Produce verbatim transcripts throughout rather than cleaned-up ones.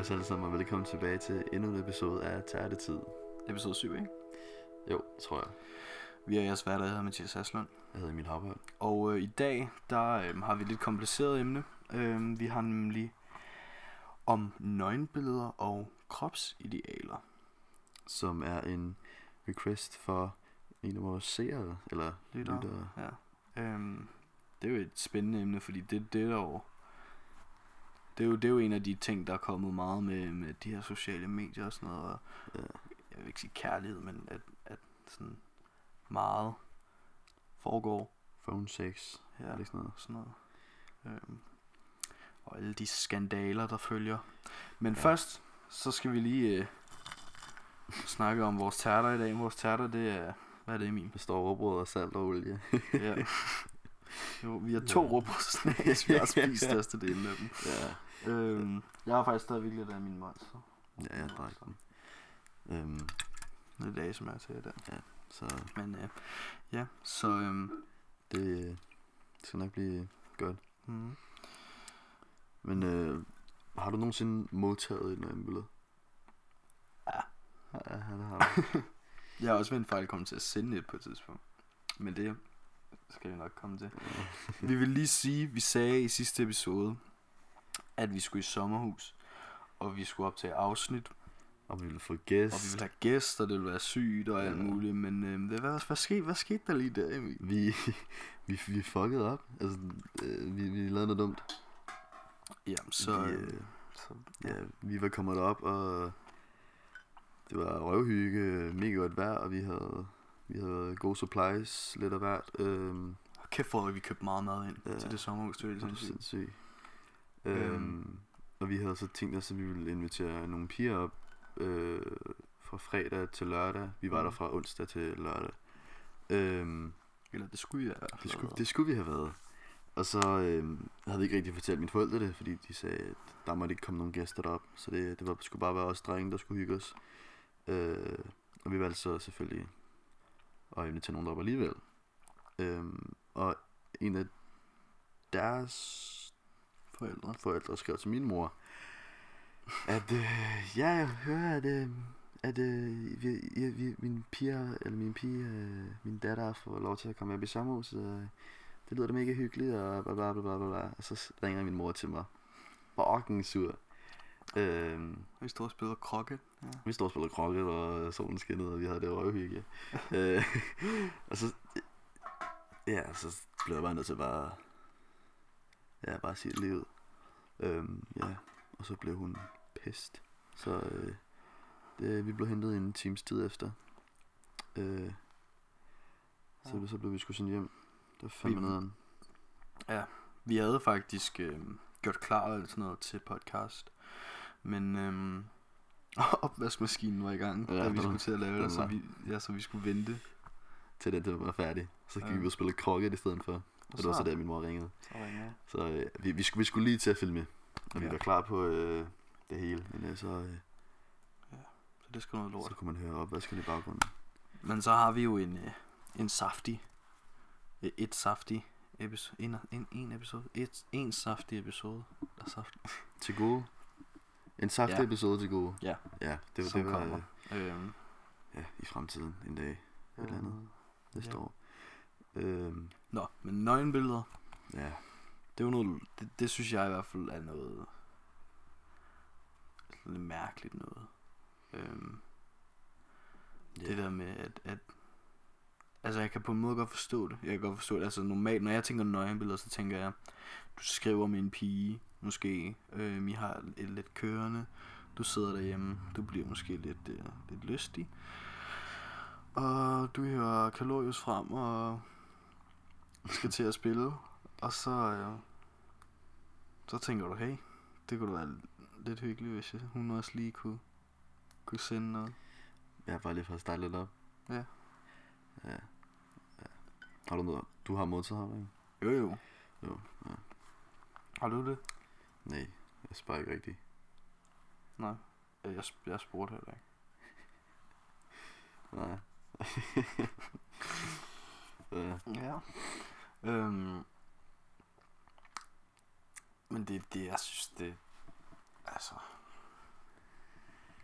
Hej alle sammen og velkommen tilbage til endnu en episode af Tærtetid. Episode syv, ikke? Jo, tror jeg. Vi er jeres værter, jeg hedder Mathias Haslund. Jeg hedder Emil Havberg. Og øh, i dag, der øh, har vi et lidt kompliceret emne. øh, Vi har nemlig om nøgenbilleder og kropsidealer. Som er en request for en af vores seere, eller Lytter. lyttere. Ja. øhm, Det er jo et spændende emne, fordi det, det er jo det er, jo, det er jo en af de ting, der er kommet meget med, med de her sociale medier og sådan noget. Og Ja. jeg vil ikke sige kærlighed, men at, at sådan meget foregår. Phone sex, Ja, eller sådan noget. sådan noget. Øhm, og alle de skandaler, der følger. Men Ja. ja. først, så skal vi lige øh, snakke om vores tærter i dag. Vores tærter, det er... Hvad er det, Emil? Der står råbrød og salt og olie. Ja. Jo, vi har to råbrødsnæs, vi har spist størstedelen af dem. Ja, Øhm, jeg har faktisk stadigvæk lidt af min monster. ja jeg drak den. Øhm, Lidt af som jeg til der. så Men øh, ja, så... Øhm, det øh, skal nok blive godt. mm, Men øh, har du nogensinde modtaget et nøgenbillede? Ja. Ja, det har du. jeg har også ved en fejl kommet til at sende et på et tidspunkt. Men det skal vi nok komme til. Vi vil lige sige, vi sagde i sidste episode, at vi skulle i sommerhus, og vi skulle optage afsnit, Og vi ville få og gæst. vi ville have gæster, det ville være sygt og alt Ja. muligt, men øh, det, hvad, hvad, skete, hvad skete der lige der, Emil? Vi, vi, vi fuckede op. Altså, øh, vi, vi lavede noget dumt. Jamen, så... vi, Øh, øh, så ja, vi var kommet op, og det var røvhygge, mega godt vejr, og vi havde, vi havde gode supplies, lidt af hvert. Øhm, kæft for, at vi købte meget mad ind Ja. til det sommerhus, det var helt det var sindssygt. sindssygt. Øhm, Øhm. og vi havde så tænkt os, at vi ville invitere nogle piger op øh, fra fredag til lørdag. Vi var Mm. der fra onsdag til lørdag. Øhm, Eller det skulle jeg i hvert fald det, skulle, have det skulle vi have været. Og så øh, havde vi ikke rigtig fortalt mine forældre det, fordi de sagde, at der måtte ikke komme nogen gæster derop. Så det, det var, skulle bare være os drenge, der skulle hygge os. Øh, og vi valgte så selvfølgelig at invitere nogen derop alligevel. Øh, og en af deres forældre. forældre skrev til min mor, at øh, ja, jeg hører, at, øh, at øh, vi, ja, vi, mine piger, eller min pige, øh, min datter får lov til at komme op i sommerhuset, og det lyder da mega hyggeligt, og bla bla bla bla bla. Og så ringer min mor til mig, fucking sur. Øhm, Vi stod og spillede krokke. Ja. vi stod og spillede krokket, og solen skinnede, og vi havde det røvhygge. øh, og så, ja, så blev jeg bare nødt til bare, ja, bare sige det lige ud. Øhm, ja, og så blev hun pest. Så øh, det, vi blev hentet en times tid efter. Øh, så, Ja. så blev vi sgu sendt hjem. Det var fandme Vi- nederen. Ja, vi havde faktisk øh, gjort klar og alt sådan noget til podcast. Men øh, opvaskemaskinen var i gang, Ja, ja, da vi den- skulle til at lave den det, så var- vi, ja, så vi skulle vente. Til den, det var færdig. Så gik Ja. vi ud og spille krokket i stedet for. Og det var så der, min mor ringede. Så ringer jeg. Så øh, vi, vi, skulle, vi skulle lige til at filme. Og vi Ja. var klar på øh, det hele. Men øh, så, øh, Så det skal noget lort. så kunne man høre opvasken i baggrunden. Men så har vi jo en, øh, en saftig, øh, et saftig episode, en, en, en episode, et, en saftig episode, der er saft, Til gode. En saftig Ja. episode til gode. Ja. Ja, det, var som det var kommer. øh, Øhm, ja, i fremtiden en dag. Et eller andet. Det ja. står. Øhm, Nå, men nøgenbilleder, ja. det er jo noget, det, det synes jeg i hvert fald er noget lidt mærkeligt noget. Øhm, Ja. Det der med at, at altså jeg kan på en måde godt forstå det. Jeg kan godt forstå det. Altså normalt, når jeg tænker nøgenbilleder, så tænker jeg, du skriver med en pige, måske. Øhm, I har et lidt kørende. Du sidder derhjemme. Du bliver måske lidt, øh, lidt lystig. Og du hører Kalorius frem og skal til at spille. Og så, øh, så tænker du, hey, det kunne da være lidt hyggeligt, hvis jeg, hun også lige kunne, kunne sende noget. Jeg har bare lige for at starte lidt op. Ja. Ja. Ja. Har du noget? Du har modtaget ham, ikke? Jo jo. Jo, ja. Har du det? Nej, jeg spørger ikke rigtigt. Nej. Jeg, jeg, jeg spurgte heller ikke. Nej. ja. Ja. Øhm, men det, det, jeg synes, det, altså,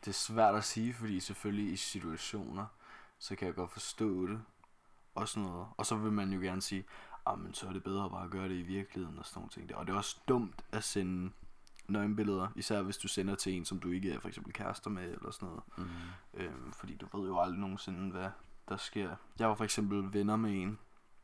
det er svært at sige, fordi selvfølgelig i situationer, så kan jeg godt forstå det, og sådan noget. Og så vil man jo gerne sige, ah, men så er det bedre bare at gøre det i virkeligheden og sådan nogle ting der. Og det er også dumt at sende nøgenbilleder, især hvis du sender til en, som du ikke er for eksempel kærester med, eller sådan noget. Mm. Øhm, fordi du ved jo aldrig nogensinde, hvad der sker. Jeg var for eksempel venner med en,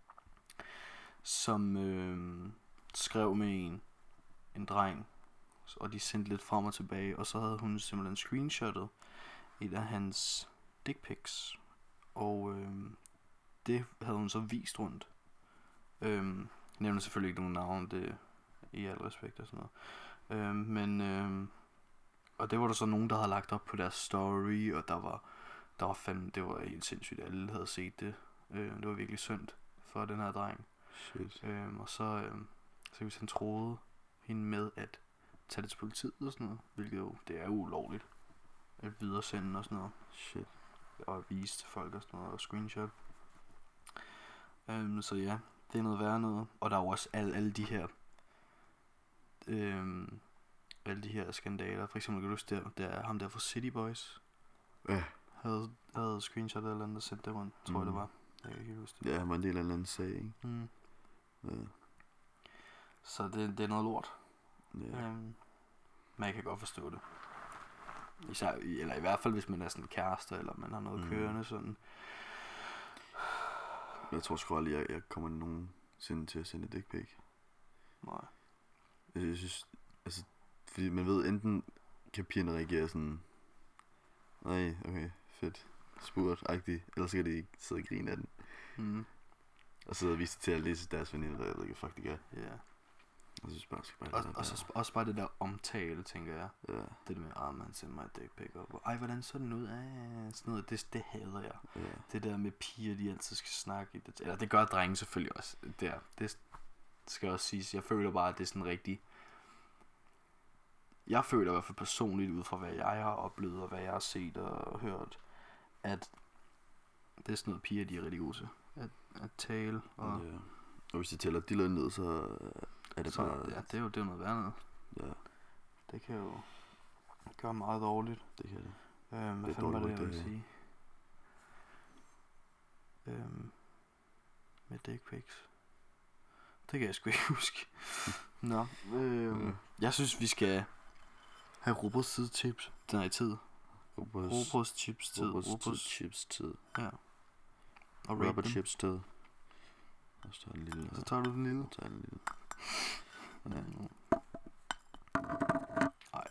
som øh, skrev med en, en dreng, og de sendte lidt frem og tilbage, og så havde hun simpelthen screenshottet et af hans dick pics, og øh, det havde hun så vist rundt. Øh, jeg nævner selvfølgelig ikke nogen navn, det i al respekt og sådan noget. Øh, men øh, og det var der så nogen, der havde lagt op på deres story, og der var der var fandme, det var helt sindssygt, alle havde set det. Øh, det var virkelig synd for den her dreng. Shit. Øh, og så øh, så hvis han troede hende med at tage det til politiet og sådan noget, hvilket jo, det er jo ulovligt at videresende og sådan noget. Shit. Og vise til folk og sådan noget, og screenshot. Øhm, så ja, det er noget værre noget. Og der er jo også alle, alle de her øhm, alle de her skandaler. For eksempel kan du huske der, der er ham der fra City Boys. Ja. Havde, havde screenshot eller andet, der sendte det rundt, tror Mm. jeg det var. Jeg kan ikke huske det. Ja, han var en del af en eller anden sag, ikke? Mm. Ja. Så det, det er noget lort. Ja. Øhm, men jeg kan godt forstå det. Især, eller i hvert fald hvis man er sådan en kæreste, eller man har noget Mm. kørende sådan. Jeg tror sgu aldrig, jeg, jeg kommer nogensinde til at sende et dick pic. Nej. Jeg, jeg synes, altså, fordi man ved, enten kan pigerne reagere sådan, nej, okay, fedt, spurt-agtigt, eller så kan de ikke sidde og grine af den. Mm. Og så vise det til at læse deres veninder, der jeg ved ikke, hvad fuck de gør. Ja. Jeg synes bare, skal bare Og, lade og det så sp- også bare det der omtale, tænker jeg. være. Ja, Det der med, ah, man sender mig et dick pic op. Ej, hvordan så den ud? Ej, sådan noget, det, det hader jeg. ja. Det der med piger, de altid skal snakke i det. Eller det gør drenge selvfølgelig også. Der, det skal også siges. Jeg føler bare, at det er sådan rigtig. Jeg føler i hvert fald personligt, ud fra hvad jeg har oplevet, og hvad jeg har set og hørt, at det er sådan noget, piger, de er rigtig gode til. At, at tale. Og, ja. Og hvis de tæller dilleren ned, så er det så, bare... ja, det er jo det er noget værd noget. Ja, Det kan jo gøre meget dårligt. det kan det. Øhm, hvad Det er fanden var det, dårligt jeg rygte, ville ja. sige? Øhm, med dick pics. Det kan jeg sgu ikke huske. Nå, øhm, Ja. jeg synes, vi skal have robots tips. Nej, tid. Robots chips tid. Robots chips tid. Ja. Og rate Rubber dem. chips tid. Og så tager en lille... Så tager du den lille. tager en lille... Ja. Ej.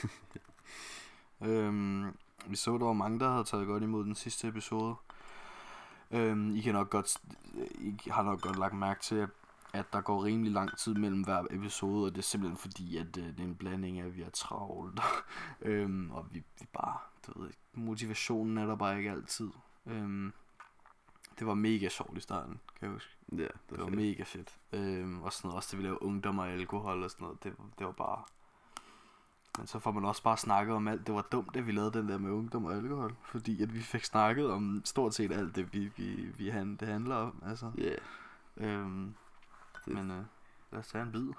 øhm, vi så, der var mange, der havde taget godt imod den sidste episode. Øhm, I kan nok godt, I har nok godt lagt mærke til, at, at der går rimelig lang tid mellem hver episode, og det er simpelthen fordi, at øh, det er en blanding af, at vi er travlt, øhm, og vi, vi bare, du ved, motivationen er der bare ikke altid. Øhm, det var mega sjovt i starten, kan jeg huske. Ja, det, Det var fedt. mega fedt. Øhm, og sådan noget, også det vi lavede ungdom og alkohol og sådan noget, det, det var bare... Men så får man også bare snakket om alt. Det var dumt, at vi lavede den der med ungdom og alkohol, fordi at vi fik snakket om stort set alt det, vi, vi, vi han, det handler om, altså. Ja. Øhm, Det- men øh, lad os tage en bid.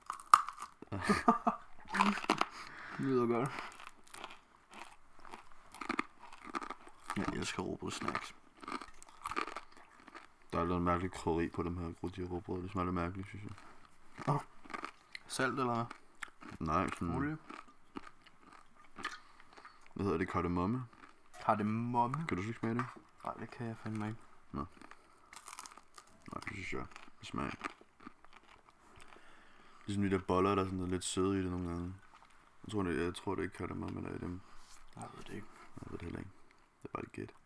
Det lyder godt. Jeg elsker robotsnacks. Der er noget mærkeligt krydderi på dem her gruddige råbrød. Det smager lidt mærkeligt, synes jeg. Salt eller hvad? Nej, sådan... Olie? Hvad hedder det? Kardemomme? Kardemomme? Kan du så ikke smage det? Nej, det kan jeg fandme ikke. Nej, det synes jeg. Det smager. Det er sådan de der boller, der er sådan noget lidt søde i det nogle gange. Jeg tror, det, jeg tror, det er ikke kardemomme, der er i dem. Jeg ved det ikke. Jeg ved det heller ikke. Det er bare et gæt.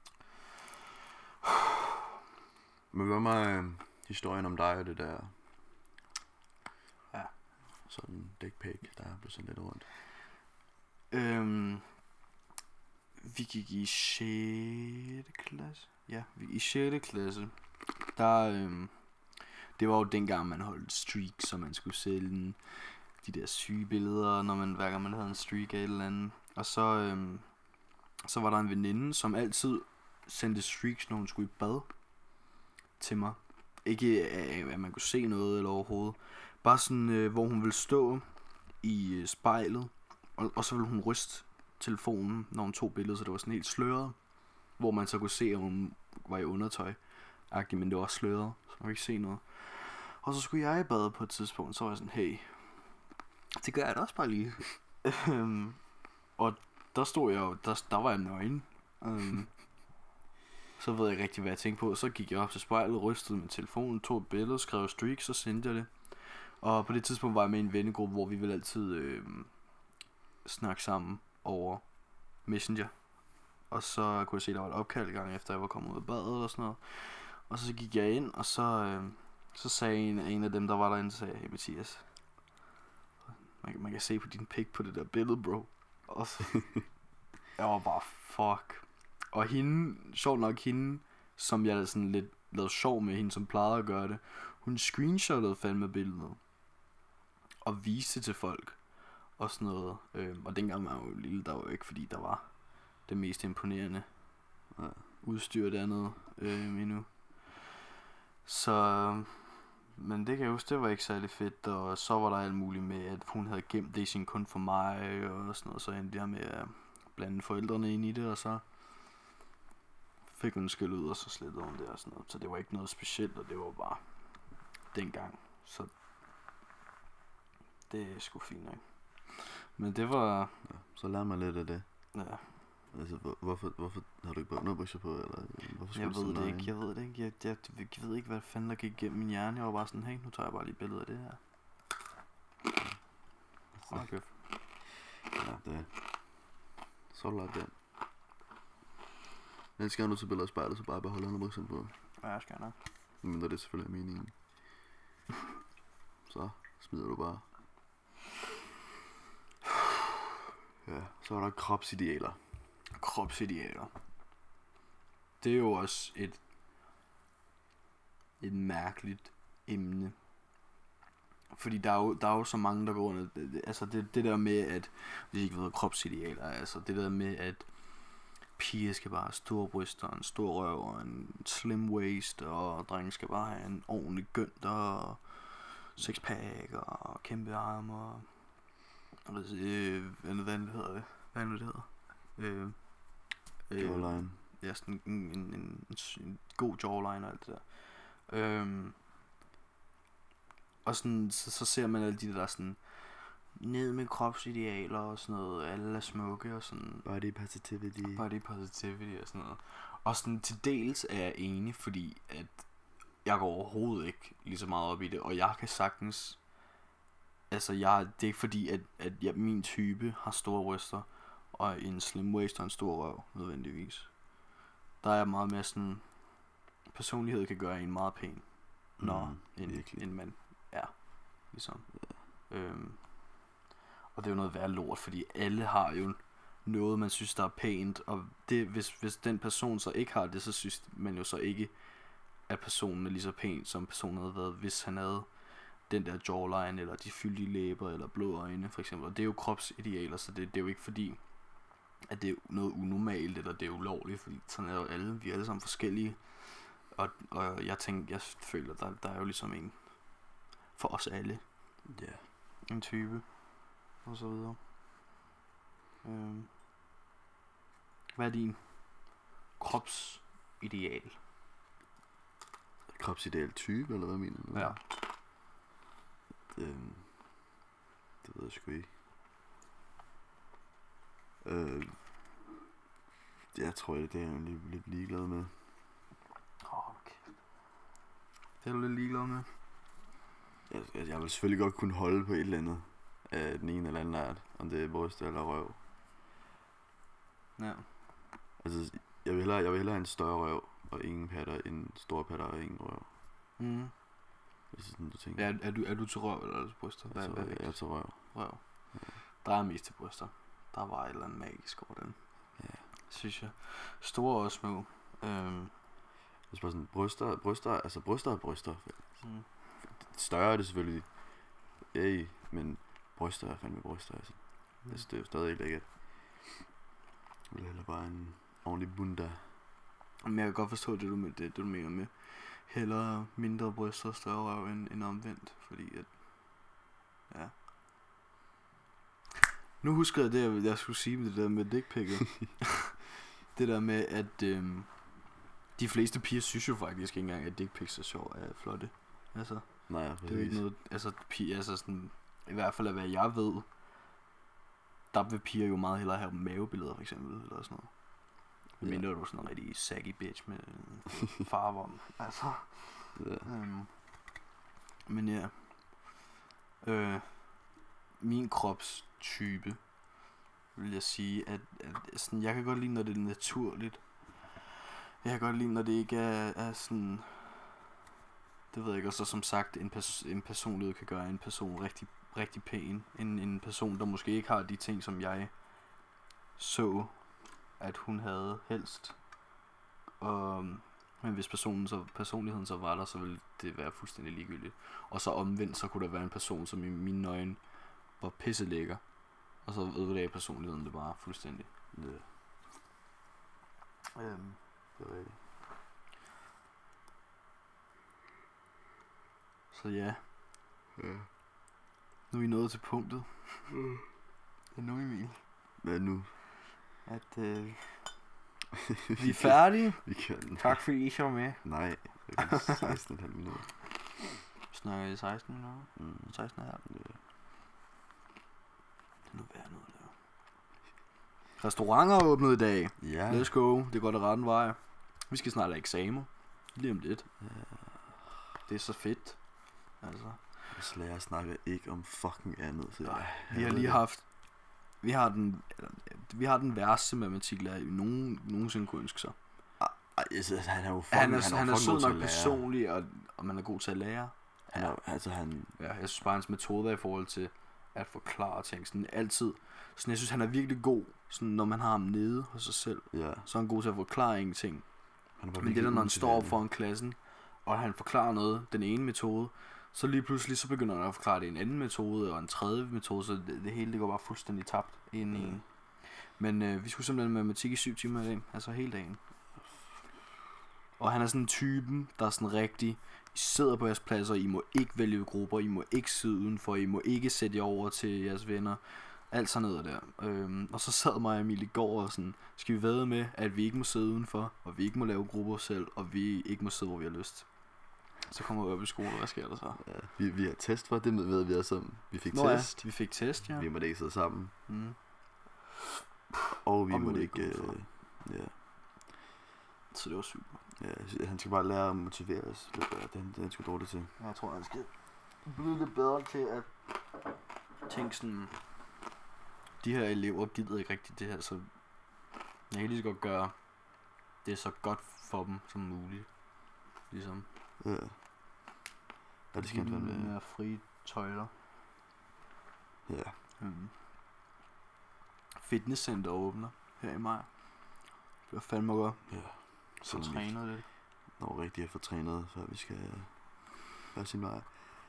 Men hvad med øh, historien om dig og det der... Ja. Sådan dick pic, der er blevet sådan lidt rundt. Øhm, vi gik i sjette klasse. Ja, vi gik i sjette klasse. Der, øhm, det var jo dengang, man holdt streak, så man skulle sælge de der syge billeder, når man, hver gang man havde en streak af et eller andet. Og så, øhm, så var der en veninde, som altid sendte streaks, når hun skulle i bad til mig. Ikke at man kunne se noget eller overhovedet. Bare sådan, øh, hvor hun ville stå i øh, spejlet, og, og så ville hun ryste telefonen, når hun tog billedet, så det var sådan helt sløret. Hvor man så kunne se, at hun var i undertøj. Men det var også sløret, så man kunne ikke se noget. Og så skulle jeg i bad på et tidspunkt, så var jeg sådan, hey, det gør jeg da også bare lige. Øhm, og der stod jeg jo, der, der var jeg nøgen. Øhm, så ved jeg ikke rigtig, hvad jeg tænkte på. Så gik jeg op til spejlet, rystede min telefon, tog et billede, skrev streak, så sendte jeg det. Og på det tidspunkt var jeg med i en vennegruppe, hvor vi ville altid øh, snakke sammen over Messenger. Og så kunne jeg se, at der var et opkald i gang, efter jeg var kommet ud af badet og sådan noget. Og så gik jeg ind, og så, øh, så sagde en, en af dem, der var derinde, så sagde, hey Mathias, man, man kan se på din pik på det der billede, bro. Og så, jeg var bare, fuck. Og hende, sjovt nok hende, som jeg sådan lidt lavede sjov med, hende som plejede at gøre det, hun screenshottede fandme billedet. Og viste til folk. Og sådan noget. Øh, og dengang var jeg jo lille, der var jo ikke, fordi der var det mest imponerende ja. udstyr dernede øh, endnu. Så, men det kan jeg huske, det var ikke særlig fedt. Og så var der alt muligt med, at hun havde gemt det i sin kun for mig, og sådan noget. Så endte jeg med at blande forældrene ind i det, og så fik hun skæld ud, og så slettede hun det og sådan noget. Så det var ikke noget specielt, og det var bare dengang. Så det er sgu fint nok. Men det var... Ja, så lær mig lidt af det. Ja. Altså, hvor, hvorfor, hvorfor har du ikke bare underbukser på, eller hvorfor jeg ved det ikke, jeg ved det ikke. Jeg, jeg, jeg, jeg ved ikke, hvad fanden der gik igennem min hjerne. Jeg var bare sådan, hey, nu tager jeg bare lige billeder af det her. Okay. Ja, det er... Så er det den. Ellers skal du til billeder af spejlet, så bare beholde underbukserne på. Ja, jeg skal nok. Men det er selvfølgelig meningen. Så smider du bare. Ja, så er der kropsidealer. Kropsidealer. Det er jo også et et mærkeligt emne. Fordi der er jo, der er jo så mange, der går under. Altså det, det der med, at hvis I ikke ved kropsidealer, altså det der med, at piger skal bare have store bryster, en stor røv og en slim waist, og drenge skal bare have en ordentlig gønt og sixpack og kæmpe arme og øh, hvad nu hedder det? Hvad nu det hedder? Øh, øh, jawline. Ja, sådan en, en, en, en, en god jawline og alt det der. Øhm, og sådan, så, så ser man alle de der sådan ned med kropsidealer og sådan noget, alle er smukke og sådan body positivity. Body positivity og sådan noget. Og sådan til dels er jeg enig, fordi at jeg går overhovedet ikke lige så meget op i det, og jeg kan sagtens, altså jeg, det er ikke fordi at, at jeg, min type har store bryster og en slim waist og en stor røv nødvendigvis. Der er meget mere sådan, personlighed kan gøre en meget pæn, når mm, en, en mand er ligesom. Ja. Øhm, og det er jo noget værd lort, fordi alle har jo noget, man synes, der er pænt, og det, hvis, hvis den person så ikke har det, så synes man jo så ikke, at personen er lige så pæn, som personen havde været, hvis han havde den der jawline, eller de fyldige læber, eller blå øjne, for eksempel. Og det er jo kropsidealer, så det, det er jo ikke fordi, at det er noget unormalt, eller det er ulovligt, fordi sådan er jo alle, vi er alle sammen forskellige. Og, og jeg tænker, jeg føler, der, der er jo ligesom en for os alle. Ja. Yeah. En type. Og så videre. Øhm. Hvad er din kropsideal? Kropsideal type, eller hvad mener du? Ja. Øhm. Det ved jeg sgu ikke. Øh. Jeg tror, det er jeg lidt, lidt ligeglad med. Okay. Det er du lidt ligeglad med? Jeg, jeg, jeg vil selvfølgelig godt kunne holde på et eller andet af den ene eller anden art, om det er bryst eller røv. Ja. Altså, jeg vil hellere, jeg vil hellere have en større røv og ingen patter, end store patter og ingen røv. Mhm. Hvis det er sådan, du tænker. Ja, er du, er du til røv eller er du til bryster? Hvad, jeg, hvad jeg er til røv. Røv. Ja. Der er mest til bryster. Der var et eller andet magisk over den. Ja. Synes jeg. Store og små. Øhm. Det er bare sådan, bryster, bryster, altså bryster og bryster. Mm. Større er det selvfølgelig. Ej, men bryster er fandme bryster, altså. Mm. Altså, det er jo stadig ikke lækkert. Jeg vil hellere bare en ordentlig bunda. Men jeg kan godt forstå det, du, det, det, du mener med. Hellere mindre bryster og større røv end, end omvendt. Fordi at... Ja. Nu husker jeg det, jeg, jeg skulle sige med det der med dickpicket. Det der med, at øhm, de fleste piger synes jo faktisk ikke engang, at dickpics er sjov er flotte. Altså, Nej, det er jo ikke noget, altså, piger, altså sådan, i hvert fald af hvad jeg ved, der vil piger jo meget hellere have mavebilleder for eksempel, eller sådan noget. Men Ja. mindre er du sådan en rigtig saggy bitch med en farvom, altså. Ja. Øhm, men ja, øh, min kropstype, vil jeg sige, at, at sådan, jeg kan godt lide, når det er naturligt. Jeg kan godt lide, når det ikke er, er sådan, det ved jeg ikke, og så som sagt, en, pers- en personlighed kan gøre en person rigtig, rigtig pæn. En, en person, der måske ikke har de ting, som jeg så, at hun havde helst. Og, men hvis personen så, personligheden så var der, så ville det være fuldstændig ligegyldigt. Og så omvendt, så kunne der være en person, som i mine øjne var pisselækker. Og så ødelagde personligheden det bare fuldstændig. Ja. Øhm, Det er rigtigt. så ja, Ja. nu er vi nået til punktet. Det er nu, Emil, Hvad nu? at øh, vi er færdige. Vi kan... Tak fordi I var med. Nej, det er seksten komma fem minutter. Snakker I seksten minutter? Mm. seksten og halv. Ja. Det er nu værd noget der. Restauranter er åbnet i dag. Ja. Let's go. Det går da retten vej. Vi skal snart have eksamen. Lige om lidt. Ja. Det er så fedt. Altså. Vores lærer snakker ikke om fucking andet. Så Nej, jeg vi har hader lige det. haft. Vi har den, vi har den værste matematiklærer, I nogen, nogensinde kunne ønske sig. Ej, altså, han er jo fucking, Han er, han er fucking sød god til nok at lære. personlig, og, og man er god til at lære. Han er, altså, han... Ja, jeg synes bare, hans metoder i forhold til at forklare ting, sådan altid. Sådan, jeg synes, han er virkelig god, sådan, når man har ham nede hos sig selv. Ja, Så er han god til at forklare ingenting. han er bare Men det der, når han står op umotiverende. foran klassen, og han forklarer noget, den ene metode, så lige pludselig, så begynder han at forklare det en anden metode, og en tredje metode, så det, det hele, det går bare fuldstændig tabt ind i Ja. en. Men øh, vi skulle simpelthen matematik i syv timer i dag, altså hele dagen. Og han er sådan en typen, der er sådan rigtig, I sidder på jeres pladser, I må ikke vælge grupper, I må ikke sidde udenfor, I må ikke sætte jer over til jeres venner. Alt sådan noget der. Øhm, og så sad mig og Emil i går og sådan, skal vi vædde med, at vi ikke må sidde udenfor, og vi ikke må lave grupper selv, og vi ikke må sidde, hvor vi har lyst. Så kommer vi op i skole, og hvad sker der så? Ja, vi, vi har test for det, ved vi også om. Vi fik Nå test. ja, vi fik test, ja. Vi måtte ikke sidde sammen. Mm. Og vi Og vi måtte måtte ikke... ikke gå Øh, ja, Så det var super. ja, han skal bare lære at motivere os lidt bedre. Det, er han- det er han sgu dårlig til. Jeg tror, han skal blive lidt bedre til at tænke sådan, de her elever gider ikke rigtigt det her, så jeg kan lige så godt gøre det så godt for dem som muligt. Ligesom. Ja. Ja, det skal han fandme. med frie tøjler. Ja. Mm. Fitnesscenter åbner her i maj. Det var fandme godt. Ja. Så Selvom vi trænet lidt. når rigtig at få trænet, før vi skal gøre sin vej.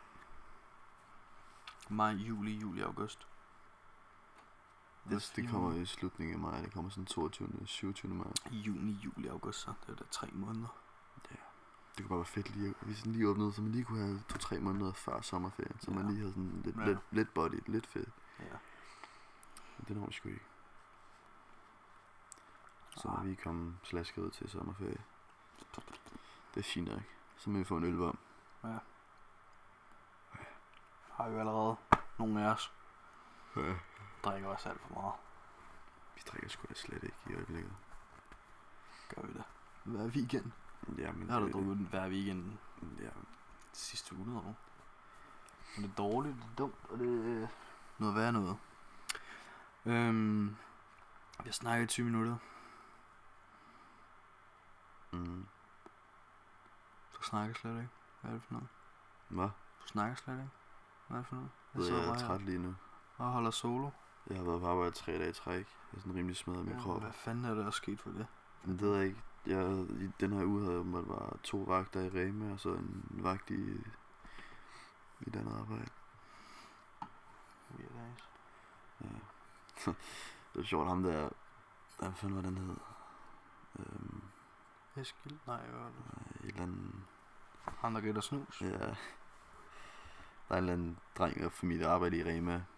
Maj, juli, juli, august. Det, det kommer i slutningen af maj. Det kommer sådan toogtyvende syvogtyvende maj. Juni, juli, august, så det er da tre måneder. Det kunne bare være fedt lige, hvis den lige åbnede, så man lige kunne have to-tre måneder før sommerferien. Så Ja. man lige havde sådan lidt, Ja. lidt, lidt body, lidt fedt. Ja. Men det når vi sgu ikke. Så Ah. når vi kommer slasket ud til sommerferie. Det er fint nok. Så må vi få en ølvarm. Har vi jo allerede nogle af os. Ja. Drikker også alt for meget. Vi drikker sgu da slet ikke i øjeblikket. Gør vi det. Hver weekend. Ja, men Jeg har da det- drukket den hver weekend Ja, de sidste uge år. Men det er dårligt, det er dumt, og det er noget værd noget. Øhm, vi har snakket i tyve minutter. mm. Du snakker slet ikke. Hvad er det for noget? Hvad? Du snakker slet ikke. Hvad er det for noget? Jeg, sidder jeg er bare her træt lige nu. og holder solo. Jeg har været på arbejde tre dage i træk. Jeg er sådan rimelig smadret i min Ja, krop. hvad fanden er der sket for det? Men det ved jeg ikke. Jeg, I den her uge havde jeg måtte bare to vagter i Rema, og så en vagt i, i et andet arbejde. Weird ass. Ja. Det var sjovt, ham der... Hvad fanden var den hed? Øhm, Eskild? Nej, hvad var det? et eller andet... Han der gætter snus. Ja. Der er en eller anden dreng og familie, der arbejder i Rema.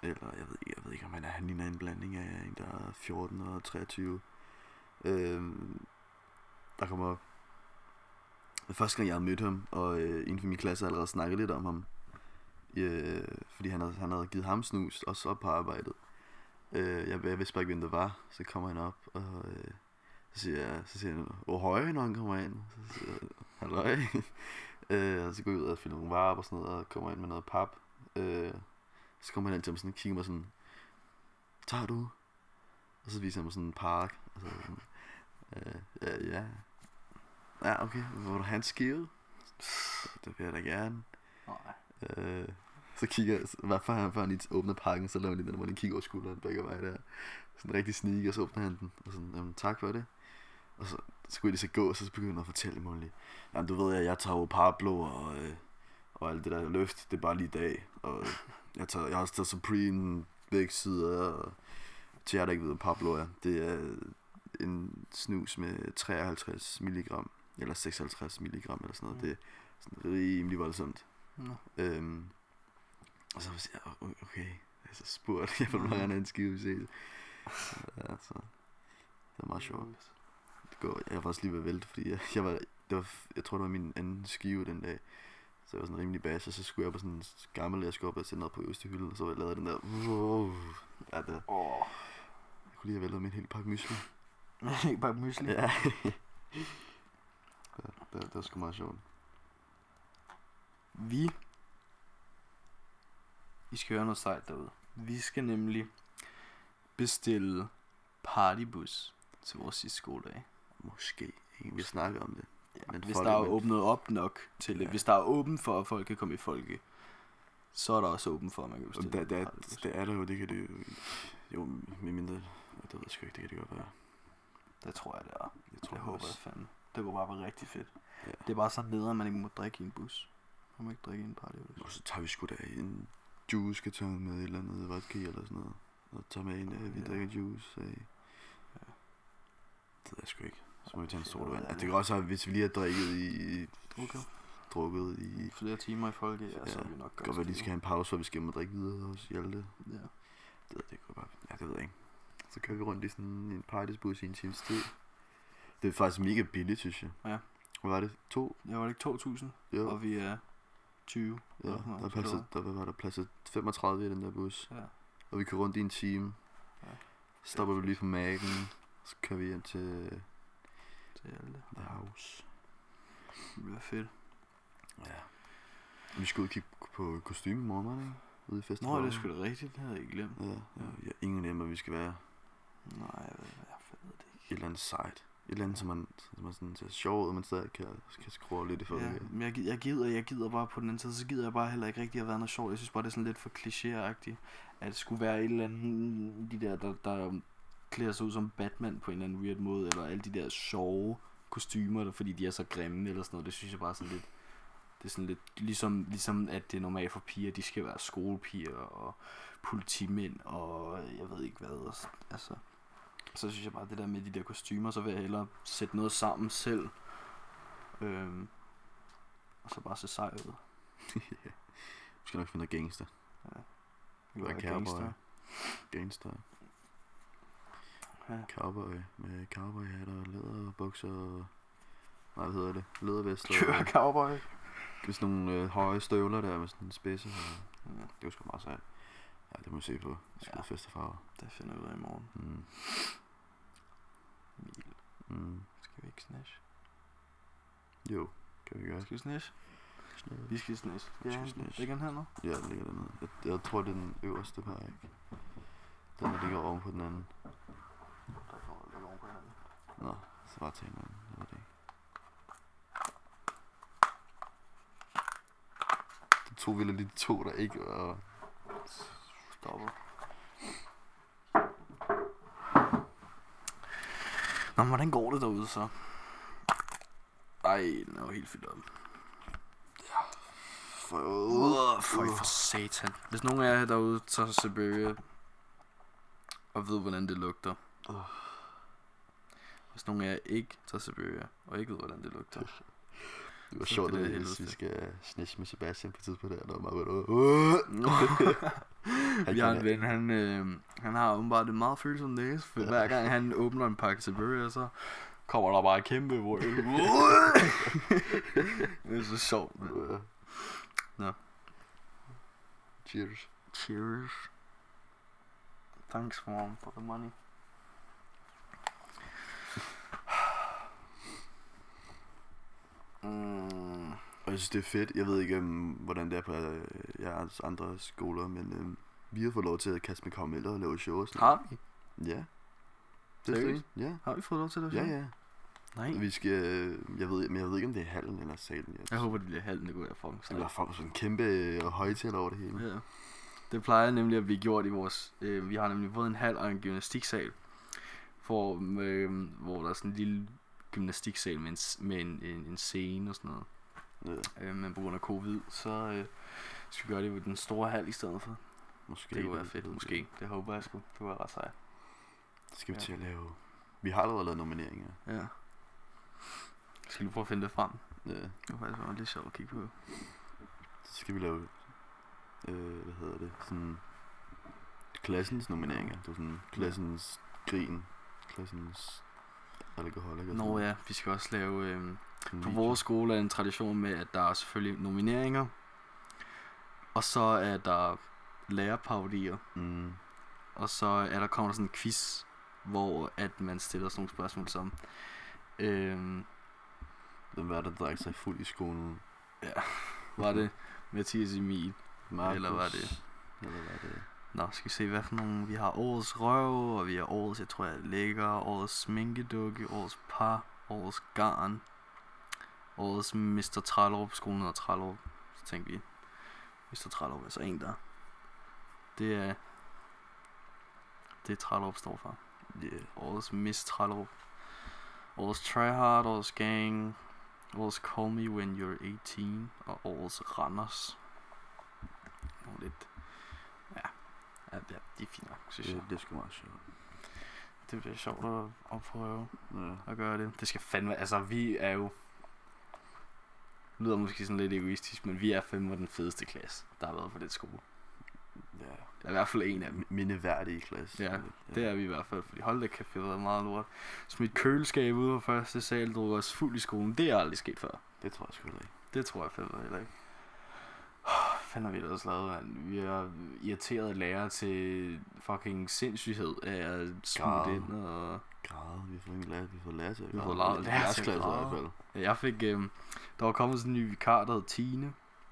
Eller jeg ved, jeg ved ikke, om han er, han ligner en blanding af en, der er fjorten og treogtyve. Øhm, der kommer... Første gang jeg havde mødt ham, og øh, inden for min klasse allerede snakket lidt om ham. Øh, fordi han havde, han havde givet ham snus, også op på arbejdet. Øh, jeg, jeg vidste bare ikke, hvem det var. Så kommer han op, og øh, så siger jeg, så siger han, hvor høj, når han kommer ind. Så siger jeg, halløj. øh, og så går jeg ud og finder nogle varer op og sådan noget, og kommer ind med noget pap. Øh, så kommer han ind til mig sådan, og kigger mig sådan, tager du? Og så viser han mig sådan en park. Og så sådan, øh, ja, ja. Ja, okay, vil du have en skive? Det vil jeg da gerne. Nej. Øh, så kigger jeg, hvad for han, før han lige åbner pakken, så laver han lige den, hvor han kigger over skulderen begge veje der. Sådan rigtig sneak, og så åbner han den, og sådan, jamen tak for det. Og så, så skulle jeg lige så gå, og så begynder han at fortælle mig lige, jamen du ved, at jeg tager jo Pablo, og, øh, og alt det der løft, det er bare lige i dag. Og øh, jeg, tager, jeg har også taget Supreme begge sider, og til jer, der ikke ved, hvad Pablo er, det er en snus med treoghalvtreds milligram, eller seksoghalvtreds milligram, eller sådan noget. Mm. Det er sådan rimelig voldsomt. No. Øhm, og så siger jeg, okay, altså spurgte jeg, hvor meget han er en skive i set. Ja, så det var meget sjovt. Det går, jeg var faktisk lige ved at vælte, fordi jeg, jeg var, det var, jeg tror det var min anden skive den dag. Så jeg var sådan rimelig bash, og så skulle jeg på sådan en gammel, jeg skulle op og sætte noget på øverste hylde, og så lavede jeg den der, wow, ja, det, oh. Jeg kunne lige have væltet med en hel pakke mysli. En hel pakke mysli? Ja. Ja, det, det var sgu meget sjovt. Vi I skal høre noget sejt derude. Vi skal nemlig bestille partybus til vores sidste skoledag. Måske. Vi snakker om det. Ja, men hvis der er åbnet op nok til det. Ja. Hvis der er åben for, at folk kan komme i folke, så er der også åben for, at man kan bestille. Det, det, er, det er der jo, det kan det jo... Jo, med mindre... Det ved jeg sgu ikke, det kan det godt være. Det tror jeg, det er. Det, tror det jeg håber også. jeg fandme. Det kunne bare være rigtig fedt. Ja. Det er bare sådan nede, at man ikke må drikke i en bus. Man må ikke drikke i en partybus. Og så tager vi sgu da en juice-karton med et eller andet vodka eller sådan noget. Og tager med en, at vi ja. drikker juice af. Ja. Det ved jeg sgu ikke. Så må vi tage en sodavand. Ja, det kan også være, hvis vi lige har drikket i... Drukket. Drukket i... Flere timer i folke, ja, ja. Så er vi nok godt. Godt være, lige skal have en pause, så vi skal hjem og drikke videre hos Hjalte. Ja. Det ved jeg, det kunne bare... Ja, det ved jeg ikke. Så kører vi rundt i sådan en partybus i en times tid. Det er faktisk mega billigt, synes jeg. Ja. Hvad var det? To? Ja, var det ikke to tusind? Ja. Og vi er tyve. Ja, der, der, pladset, der var der pladset femogtredive i den der bus. Ja. Og vi kører rundt i en time. Ja. Stopper vi lige på Mac'en. Så kører vi hjem til... Til Hjalte. The House. Det bliver fedt. Ja. Vi skal ud og kigge på kostyme i morgen, ikke? Ude i festivalen. Nå, det er sgu da rigtigt. Det havde jeg ikke glemt. Ja, ja. Jeg har ingen idé, hvor vi skal være. Nej, jeg ved, jeg ved det ikke. Et eller andet site. Et eller andet, som man, som man sådan ser sjovt ud, men stadig kan, kan skrue lidt i forhold. Ja, men jeg, jeg, gider, jeg gider bare på den anden side, så gider jeg bare heller ikke rigtig at være noget sjovt. Jeg synes bare, det er sådan lidt for klichéagtigt, at det skulle være et eller andet, de der, der, der klæder sig ud som Batman på en eller anden weird måde, eller alle de der sjove kostymer, der, fordi de er så grimme eller sådan noget. Det synes jeg bare sådan lidt, det er sådan lidt, ligesom, ligesom at det er normalt for piger, de skal være skolepiger og politimænd og jeg ved ikke hvad, altså. Så synes jeg bare, det der med de der kostymer, så vil jeg hellere sætte noget sammen selv. Øhm, og så bare se sej ud. Ja. Vi skal nok finde noget gangster. Ja. Vi var cowboy. Gangster. Ja. Cowboy med cowboyhatter og læderbukser og... Nej, hvad hedder det? Lædervest og... Kører cowboy. Med sådan nogle øh, høje støvler der med sådan en spidse. Ja. Det var sgu meget sejt. Ja, det må vi se på. Skudfest og farver. Det finder vi ud af i morgen. Mm. Emil. Mm. Skal vi ikke snash? Jo, kan vi gøre. Skal vi snash? Snash. Vi skal snash. Vi skal snash. Ligger den her nu? Ja, den ligger dernede. Jeg, jeg tror, det er den øverste par, ikke? Den, der ligger oven på den anden. Der kommer der ligger oven på den anden. Nå, så bare tag en anden. Jeg ved det ikke. De to ville lige de to, der ikke var... Stopper. Nå, men hvordan går det derude så? Ej, den er jo helt fyldt op. Ja. For... Uh, for, for satan. Hvis nogen af jer derude tager Siberia og ved, hvordan det lugter. Uh. Hvis nogen af jer ikke tager Siberia og ikke ved, hvordan det lugter. Det var sjovt, at hvis vi skal snitch med Sebastian på tidspunkt der, der var meget godt. Vi har en ven, han, øh, han har åbenbart en meget følsom næse, for hver gang han åbner en pakke Tilbury, så kommer der bare et kæmpe hvor det er så sjovt, man. Nå. Cheers. Cheers. Thanks mom for the money. Mm. Og jeg synes det er fedt. Jeg ved ikke um, hvordan det er på uh, jeres andre skoler, men um, vi har fået lov til at kaste med karameller og lave shows. Har vi? Ja. Det Seriøst? er ja. Har vi fået lov til det? Ja, ja. Nej. Vi skal, uh, jeg ved, men jeg ved ikke om det er hallen eller salen. Jeg, jeg håber det bliver hallen, det kunne jeg fucking snart. Eller får sådan en kæmpe uh, højtaler over det hele. Ja. Det plejer nemlig at blive gjort i vores, øh, vi har nemlig både en hal og en gymnastiksal, for, øh, hvor der er sådan en lille gymnastiksal med en, med en, en, en scene og sådan noget. Ja. Øh, men på grund af covid, så øh, skal vi gøre det ved den store hal i stedet for. Måske. Det kunne være fedt, måske. Det, det håber jeg sgu. Det kunne være ret sejt. Det skal vi ja. til at lave. Vi har allerede lavet nomineringer. Ja. Skal vi prøve at finde det frem? Ja. Det var faktisk være lidt sjovt at kigge på. Så skal vi lave, øh, hvad hedder det, sådan klassens nomineringer. Det er sådan klassens grin, klassens alkohol. Nå ja, vi skal også lave, øh, på vores skole er en tradition med, at der er selvfølgelig nomineringer, og så er der lærerparodier, mm. og så er der, kommer der sådan en quiz, hvor at man stiller sådan nogle spørgsmål som, øh, den var der drak sig fuld i skolen. Ja, var det Mathias Emil, Marcus, eller var det, eller var det... Nå, skal vi se hvad for nogle. Vi har årets røv, og vi har årets, jeg tror jeg lækker, årets sminkedukke, årets par, årets garn, årets mister Trællerup, skolen hedder Trællerup. Så tænkte vi, mister Trællerup er så en der. Det er det Trællerup står for. Yeah. Årets mister Trællerup, årets tryhard, årets gang, årets call me when you're eighteen, og årets Randers. Og lidt, ja. Ja, ja, det er fint nok, synes jeg. Det, det er sgu meget sjovt. Det bliver sjovt at, at prøve ja. at gøre det. Det skal fandme, altså vi er jo, lyder måske sådan lidt egoistisk, men vi er fandme den fedeste klasse, der har været på den skole. Ja. Eller i hvert fald en af dem. Mindeværdige klasse. Ja, ja, det er vi i hvert fald, fordi hold da kæft, det har været meget lort. Smidt køleskab ud på første sal, drog os fuld i skolen, det er aldrig sket før. Det tror jeg sgu ikke. Det tror jeg fandme heller ikke. Fanden har vi ellers lavet, man. Vi har irriteret lærere til fucking sindssygehed af at smutte ind og... Græde, vi har fået lærer, vi har fået lærer til at græde. Vi har fået lærer til at græde. I hvert fald. Ja, jeg fik, øh, der var kommet sådan en ny vikar, der hed Tine.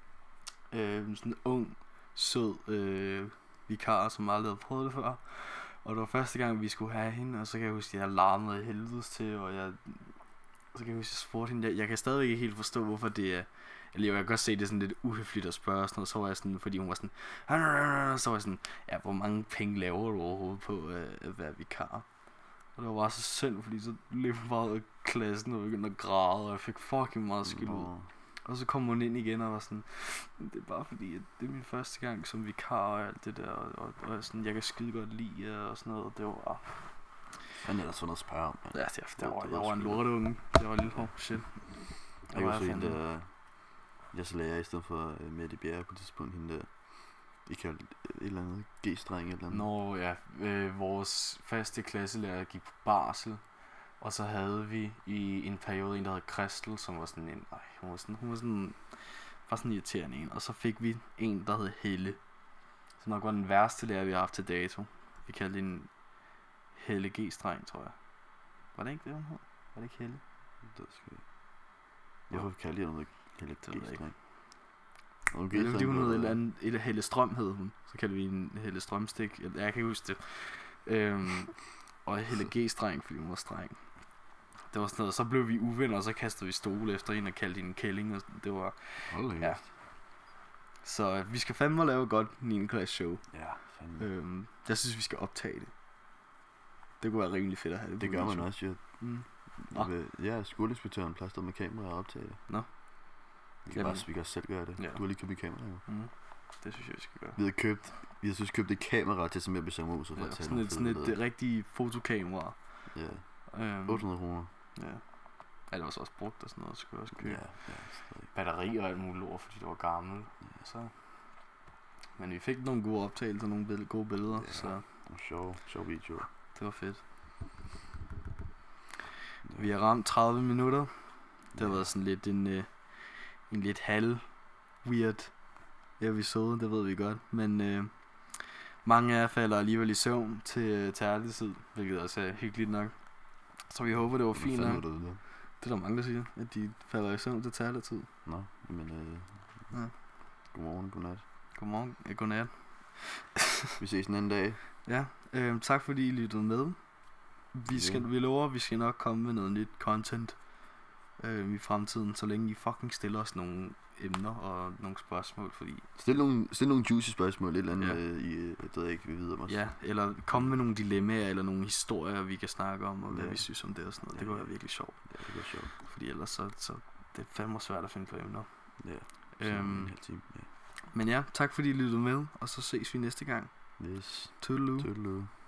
Øh, sådan en ung, sød øh, vikar, som aldrig havde prøvet det før. Og det var første gang, vi skulle have hende, og så kan jeg huske, at jeg larmede helvedes til, og jeg... Så kan jeg huske, at jeg spurgte hende, jeg, jeg kan stadig ikke helt forstå, hvorfor det er... Eller jeg kan godt se, det er sådan lidt uhøfligt at spørge sådan noget. Så var jeg sådan, fordi hun var sådan, så var jeg sådan, ja, hvor mange penge laver du overhovedet på øh, at være vikar? Og det var bare så synd, fordi så løb hun bare ud af klassen og begyndte at græde, og jeg fik fucking meget skyld ud. Og så kom hun ind igen og var sådan, det er bare fordi, at det er min første gang som vikar og alt det der, og, og, og sådan, jeg kan skide godt lide jer og sådan noget. Det var... Fanden er der sådan noget at spørge om? Ja, det, det, det var, jeg var en lorteunge. Det var lidt hårdt shit. Jeg kan også en, der... Jeg så lærer i stedet for uh, Mette Bjerre på det tidspunkt, hende der, I kaldte et eller andet G-streng eller andet. Nå ja, øh, vores faste klasselærer gik på barsel, og så havde vi i en periode en, der hed Kristel, som var sådan en, ej, hun var sådan, hun var sådan, var sådan irriterende en, og så fik vi en, der hed Helle, som nok var den værste lærer, vi har haft til dato. Vi kaldte en Helle G-streng, tror jeg. Var det ikke det, hun hed? Var det ikke Helle? Det skal jeg. Hvorfor kaldte jeg noget Helle G-streng? Okay, det var fordi hun hed et eller andet, et Helle Strøm hed hun. Så kaldte vi en Helle Strømstik. Jeg, jeg kan ikke huske det. Øhm, og Helle G-streng, fordi hun var streng. Det var sådan noget. Så blev vi uvenner, og så kastede vi stole efter hende og kaldte hende en kælling. Og det var... Hold ja. Så vi skal fandme lave et godt niende klasse show. Ja, fandme. Øhm, jeg synes, vi skal optage det. Det kunne være rimelig fedt at have det. Det gør man show. Også, ja. Mm. Ved, ja, skoleinspektøren plaster med kamera og optage det. Nå. Vi kan, bare, vi kan også selv gøre det. Ja. Du har lige købt et kamera, jo. Mm. Det synes jeg, vi skal gøre. Vi har købt, vi har synes købt et kamera til som jeg besøger muser for ja, at tage sådan et, sådan et, et rigtigt fotokamera. Ja. Øhm, otte hundrede kroner. Ja. Ja, det var så også brugt og sådan noget, så skulle jeg også købe. Ja, ja, batteri og alt muligt lort, fordi det var gammelt. Ja. Så. Men vi fik nogle gode optagelser, nogle bill- gode billeder, Ja. så Sjov, sjov video. det var fedt. Vi har ramt tredive minutter. Det har været sådan lidt en, øh, en lidt halv weird episode, det ved vi godt. Men øh, mange af jer falder alligevel i søvn til, øh, til ærlig tid, hvilket også er hyggeligt nok. Så vi håber, det var fint nok. Det, det? Det er der mange, der siger, at de falder i søvn til tærletid. Nå, men øh, Ja. godmorgen, godnat. Godmorgen, eh, godnat. Vi ses en anden dag. Ja, øh, tak fordi I lyttede med. Vi, skal, Ja. vi lover, at vi skal nok komme med noget nyt content øh, i fremtiden, så længe I fucking stiller os nogle emner og nogle spørgsmål, fordi... Stil nogle, stil nogle juicy spørgsmål, et eller andet, Ja. øh, I, øh, det ved jeg ikke, vi videre også. Ja, eller komme med nogle dilemmaer, eller nogle historier, vi kan snakke om, og hvad Ja. vi synes om det og sådan noget. Ja, Det kunne ja. være virkelig sjovt, Ja, det var sjovt. fordi ellers så, så det er fandme svært at finde på emner. Ja, så Øhm, en halv time. Ja. Men ja, tak fordi I lyttede med, og så ses vi næste gang. Yes. Toodaloo. Toodaloo.